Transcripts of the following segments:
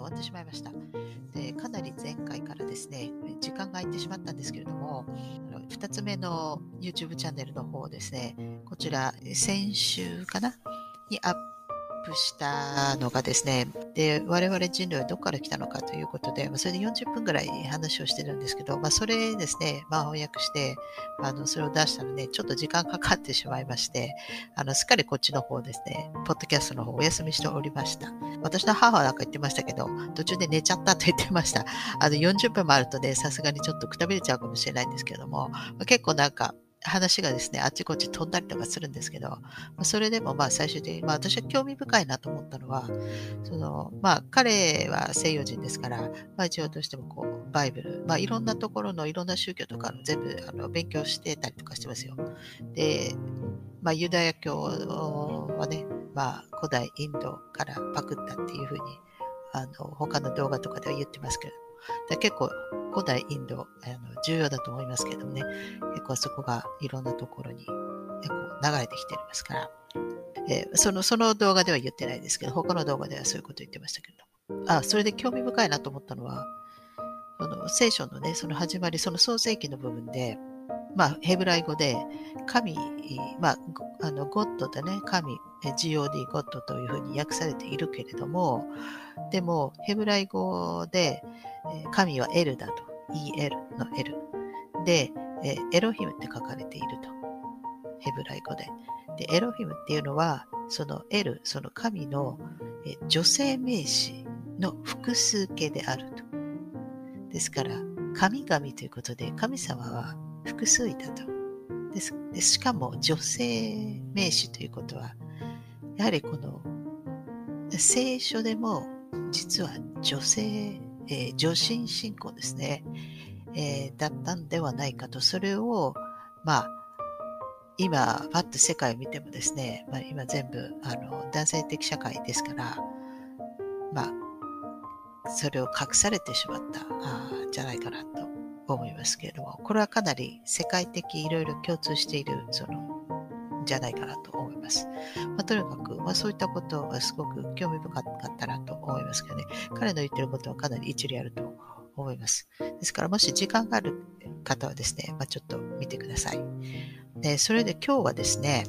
わってしまいました。で、かなり前回からですね、時間が空いてしまったんですけれども、2つ目の YouTube チャンネルの方ですね、こちら、先週かなにアップしたのがですね、で、我々人類はどこから来たのかということで、それで40分ぐらい話をしてるんですけど、それですね、翻訳して、それを出したので、ちょっと時間かかってしまいまして、すっかりこっちの方ですね、ポッドキャストの方お休みしておりました。私の母はなんか言ってましたけど、途中で寝ちゃったと言ってました。40分もあるとね、さすがにちょっとくたびれちゃうかもしれないんですけれども、結構なんか、話がですね、あっちこっち飛んだりとかするんですけど、それでも最終的に、私は興味深いなと思ったのは、彼は西洋人ですから、一応どうしてもこう、バイブル、いろんなところのいろんな宗教とか全部勉強してたりとかしてますよ。で、ユダヤ教はね、古代インドからパクったっていうふうに、他の動画とかでは言ってますけれども、結構古代インド、重要だと思いますけどもね、結構そこがいろんなところに、流れてきていますから、その動画では言ってないですけど、他の動画ではそういうこと言ってましたけれども。それで興味深いなと思ったのは、聖書のね、その始まり、その創世記の部分で、ヘブライ語で、神、ゴッドでね、神、God、ゴッドというふうに訳されているけれども、でも、ヘブライ語で、神はエルだと。EL のエル。で、エロヒムって書かれていると。ヘブライ語で。で、エロヒムっていうのは、そのエル、その神の女性名詞の複数形であると。ですから、神々ということで、神様は複数いたと。でしかも、女性名詞ということは、やはりこの、聖書でも、実は女性、女神信仰ですね、だったんではないかと。それを、今、パッと世界を見てもですね、今全部、男性的社会ですから、それを隠されてしまったじゃないかなと思いますけれども、これはかなり世界的いろいろ共通しているじゃないかなと思います。とにかく、そういったことはすごく興味深かったなと思いますけどね、彼の言ってることはかなり一理あると思います。ですから、もし時間がある方はですね、ちょっと見てください。で、それで今日はですね、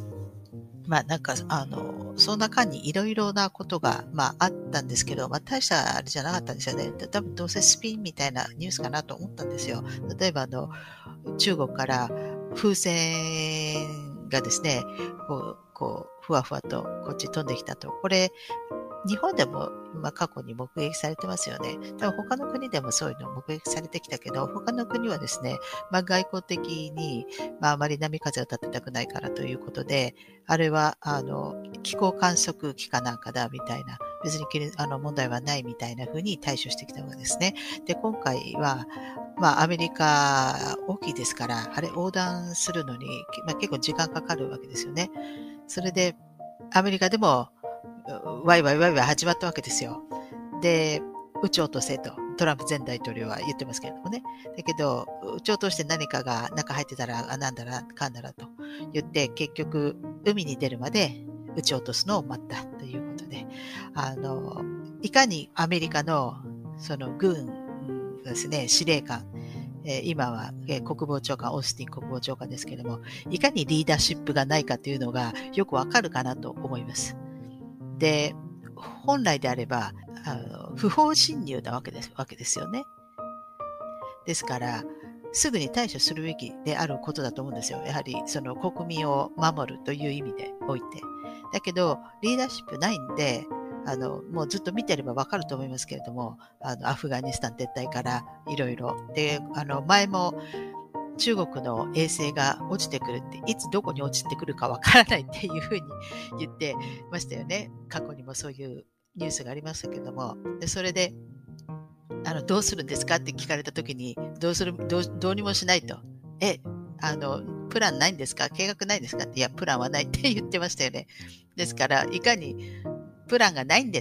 そんな間にいろいろなことが、あったんですけど、大したあれじゃなかったんですよね。多分どうせスピンみたいなニュースかなと思ったんですよ。例えば中国から風船がですね、ふわふわとこっち飛んできたと。これ、日本でも過去に目撃されてますよね。多分他の国でもそういうの目撃されてきたけど、他の国はですね、外交的に、あまり波風を立てたくないからということで、あれは、気候観測機かなんかだみたいな、別に問題はないみたいな風に対処してきたわけですね。で、今回は、アメリカ大きいですから、あれ横断するのに、結構時間かかるわけですよね。それで、アメリカでも、ワイワイ始まったわけですよ。で、撃ち落とせとトランプ前大統領は言ってますけれどもね。だけど、撃ち落として何かが中入ってたら、なんだらかんだらと言って、結局、海に出るまで撃ち落とすのを待ったということで、いかにアメリカのその軍ですね、司令官、今は国防長官、オースティン国防長官ですけれども、いかにリーダーシップがないかというのがよくわかるかなと思います。で、本来であれば、不法侵入なわけですよね。ですから、すぐに対処するべきであることだと思うんですよ。やはり、その国民を守るという意味でおいて。だけど、リーダーシップないんで、もうずっと見てればわかると思いますけれども、アフガニスタン撤退からいろいろ。で、前も、中国の衛星が落ちてくるって、いつどこに落ちてくるかわからないっていうふうに言ってましたよね。過去にもそういうニュースがありましたけども。で、それで、どうするんですかって聞かれたときに、どうにもしないと。プランないんですか？計画ないんですかって、いや、プランはないって言ってましたよね。ですから、いかにプランがないんです。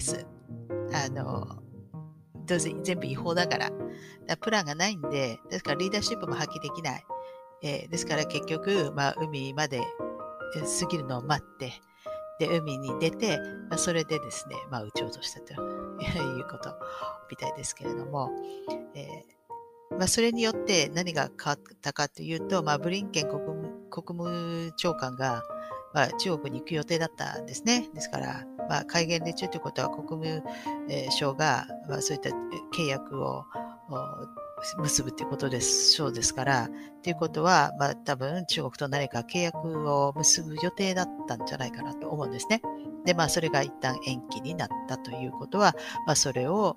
どうせ全部違法だから。プランがないんで、ですからリーダーシップも発揮できない。ですから結局、海まで過ぎるのを待って、で、海に出て、それでですね、撃ち落としたということみたいですけれども、それによって何が変わったかというと、ブリンケン国務長官が、中国に行く予定だったんですね。ですから、戒厳令中ということは国務省が、そういった契約を結ぶということです。そうですから、ということは、多分中国と何か契約を結ぶ予定だったんじゃないかなと思うんですね。で、それが一旦延期になったということは、それを、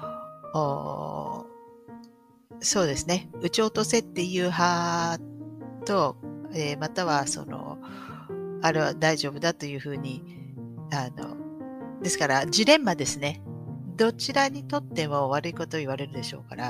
そうですね、撃ち落とせっていう派と、またはあれは大丈夫だというふうに、ですからジレンマですね。どちらにとっても悪いことを言われるでしょうから、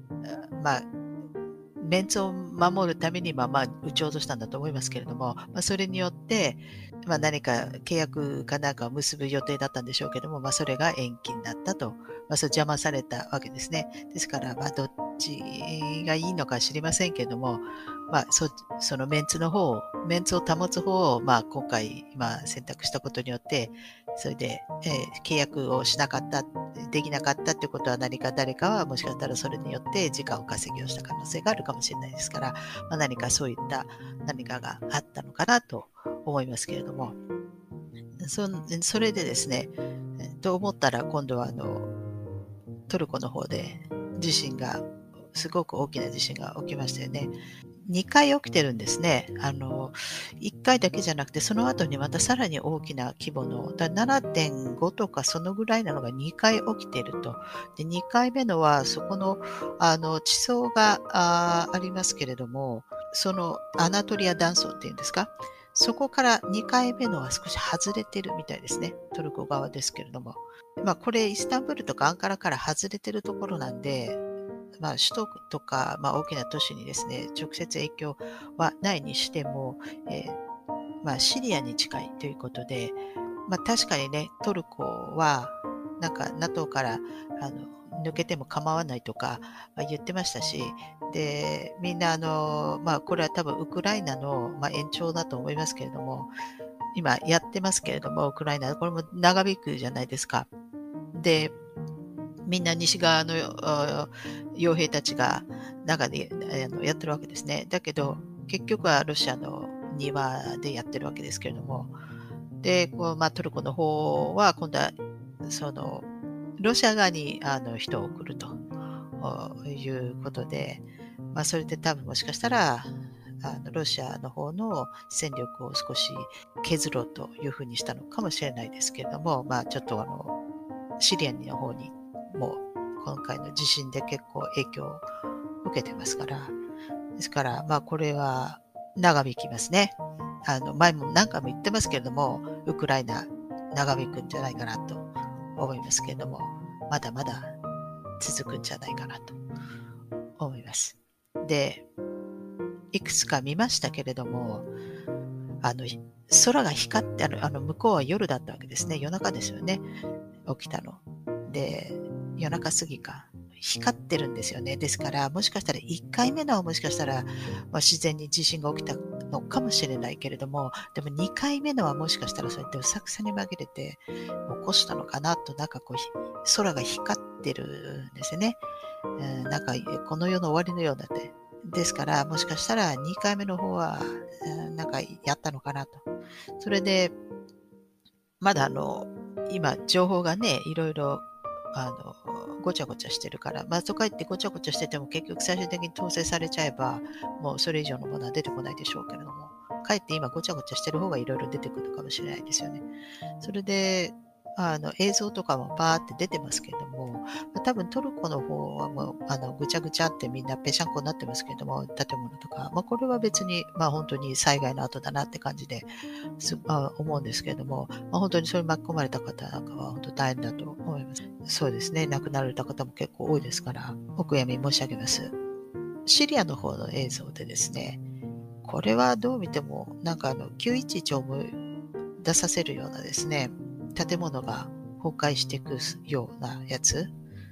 メンツを守るために撃ち落としたんだと思いますけれども、それによって、何か契約かなんかを結ぶ予定だったんでしょうけども、それが延期になったと、そう邪魔されたわけですね。ですから、どっちがいいのか知りませんけれども、そのメンツを保つ方を、今回、選択したことによって、それで、契約をしなかった、できなかったってことは誰かはもしかしたらそれによって時間を稼ぎをした可能性があるかもしれないですから、何かそういった何かがあったのかなと思いますけれども、それでですね、と思ったら今度はトルコの方ですごく大きな地震が起きましたよね。2回起きてるんですね。1回だけじゃなくて、その後にまたさらに大きな規模の、7.5とかそのぐらいなのが2回起きていると。で、2回目のは、そこの、地層がありますけれども、そのアナトリア断層っていうんですか、そこから2回目のは少し外れてるみたいですね。トルコ側ですけれども。これ、イスタンブールとかアンカラから外れてるところなんで、首都とか、大きな都市にですね、直接影響はないにしても、シリアに近いということで、確かにね、トルコは、なんか NATO から抜けても構わないとか、言ってましたし、で、みんなこれは多分ウクライナの、延長だと思いますけれども、今やってますけれども、ウクライナ、これも長引くじゃないですか。で、みんな西側の傭兵たちが中でやってるわけですね。だけど、結局はロシアの庭でやってるわけですけれども、で、トルコの方は今度は、ロシア側に人を送るということで、それで多分もしかしたら、ロシアの方の戦力を少し削ろうというふうにしたのかもしれないですけれども、ちょっとシリアの方にも今回の地震で結構影響を受けてますから、ですから、これは長引きますね。前も何回も言ってますけれども、ウクライナ長引くんじゃないかなと思いますけれども、まだまだ続くんじゃないかなと思います。で、いくつか見ましたけれども、空が光って向こうは夜だったわけですね。夜中ですよね。起きたの。で、夜中過ぎか。光ってるんですよね。ですから、もしかしたら1回目のはもしかしたら、自然に地震が起きたのかもしれないけれども、でも2回目のはもしかしたらそうやってうさくさに紛れて起こしたのかなと、なんか空が光ってるんですよね。なんかこの世の終わりのようだって。ですから、もしかしたら2回目の方は、なんかやったのかなと。それで、まだ今、情報がね、いろいろ、ごちゃごちゃしてるから、そうか言ってごちゃごちゃしてても結局最終的に統制されちゃえば、もうそれ以上のものは出てこないでしょうけれども、かえって今ごちゃごちゃしてる方がいろいろ出てくるかもしれないですよね。それで、映像とかもバーって出てますけれども、多分トルコの方はもう、ぐちゃぐちゃってみんなぺしゃんこになってますけれども、建物とか、これは別に、本当に災害の後だなって感じで思うんですけれども、本当にそれに巻き込まれた方なんかは本当大変だと思います。そうですね、亡くなられた方も結構多いですから、お悔やみ申し上げます。シリアの方の映像でですね、これはどう見ても、なんか911を思い出させるようなですね、建物が崩壊していくようなやつ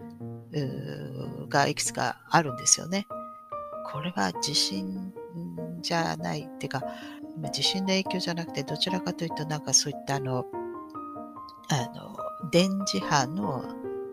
がいくつかあるんですよね。これは地震じゃないっていうか、地震の影響じゃなくて、どちらかというと、なんかそういった電磁波の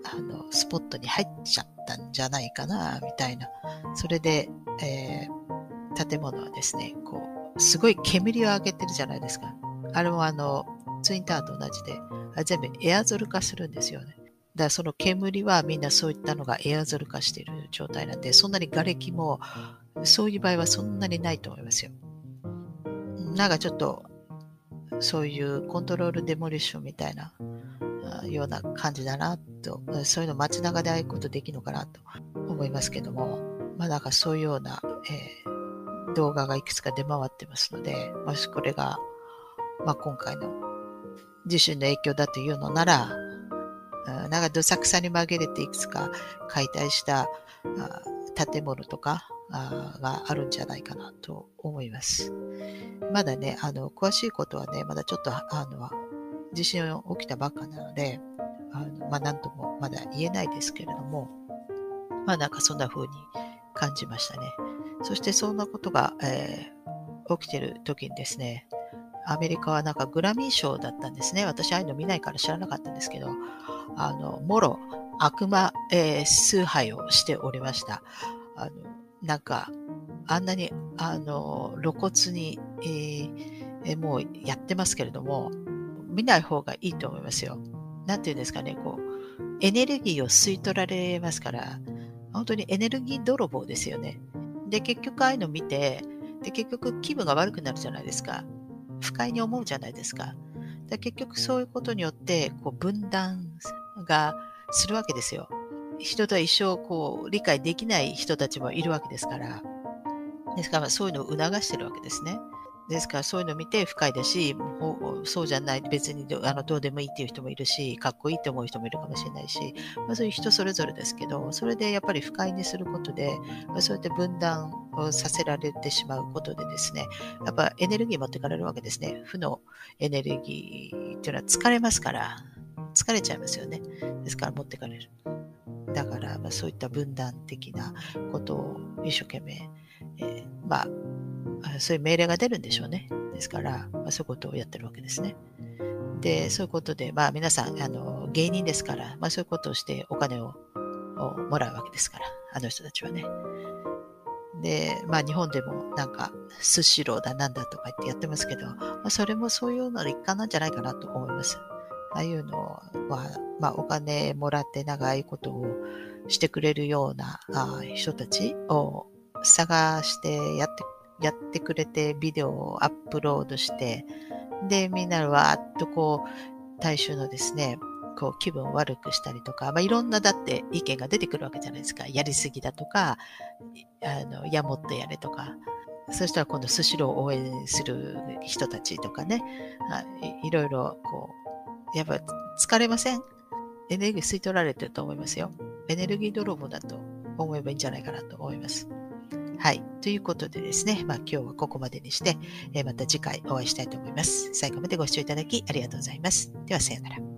スポットに入っちゃったんじゃないかな、みたいな。それで、建物はですね、こう、すごい煙を上げてるじゃないですか。あれもツインタワーと同じで、全部エアゾル化するんですよね。だからその煙はみんなそういったのがエアゾル化している状態なんで、そんなに瓦礫も、そういう場合はそんなにないと思いますよ。なんかちょっと、そういうコントロールデモリッションみたいなような感じだなと、そういうの街中でああいうことできるのかなと思いますけども、なんかそういうような、動画がいくつか出回ってますので、もしこれが、今回の地震の影響だというのなら、なんかどさくさに紛れていくつか解体した建物とかがあるんじゃないかなと思います。まだね、詳しいことはね、まだちょっと地震起きたばっかなので、なんともまだ言えないですけれども、なんかそんな風に感じましたね。そしてそんなことが、起きてる時にですね、アメリカはなんかグラミー賞だったんですね。私ああいうの見ないから知らなかったんですけど、もろ悪魔、崇拝をしておりました。なんか、あんなに、露骨に、もうやってますけれども、見ない方がいいと思いますよ。なんていうんですかね、こう、エネルギーを吸い取られますから、本当にエネルギー泥棒ですよね。で、結局ああいうの見て、で、結局気分が悪くなるじゃないですか。不快に思うじゃないですか。で、結局そういうことによって、こう、分断がするわけですよ。人とは一生こう理解できない人たちもいるわけですから、ですからそういうのを促してるわけですね。ですからそういうのを見て不快だし、そうじゃない、別にどうでもいいっていう人もいるし、かっこいいって思う人もいるかもしれないし、そういう人それぞれですけど、それでやっぱり不快にすることで、そうやって分断をさせられてしまうことでですね、やっぱエネルギー持ってかれるわけですね。負のエネルギーっていうのは疲れますから、疲れちゃいますよね。ですから持ってかれる。だから、そういった分断的なことを一生懸命、そういう命令が出るんでしょうね。ですから、そういうことをやってるわけですね。で、そういうことで、皆さん、芸人ですから、そういうことをしてお金をもらうわけですから、あの人たちはね。で、日本でもなんか、スシローだなんだとか言ってやってますけど、それもそういうのの一環なんじゃないかなと思います。ああいうのは、お金もらってなんかああいうことをしてくれるような人たちを探してやってくれてビデオをアップロードして、で、みんなわーっとこう、大衆のですね、こう気分を悪くしたりとか、いろんなだって意見が出てくるわけじゃないですか。やりすぎだとか、もっとやれとか。そしたら今度スシローを応援する人たちとかね、いろいろこう、やっぱ疲れません？エネルギー吸い取られてると思いますよ。エネルギー泥棒だと思えばいいんじゃないかなと思います。はい。ということでですね、今日はここまでにして、また次回お会いしたいと思います。最後までご視聴いただきありがとうございます。では、さようなら。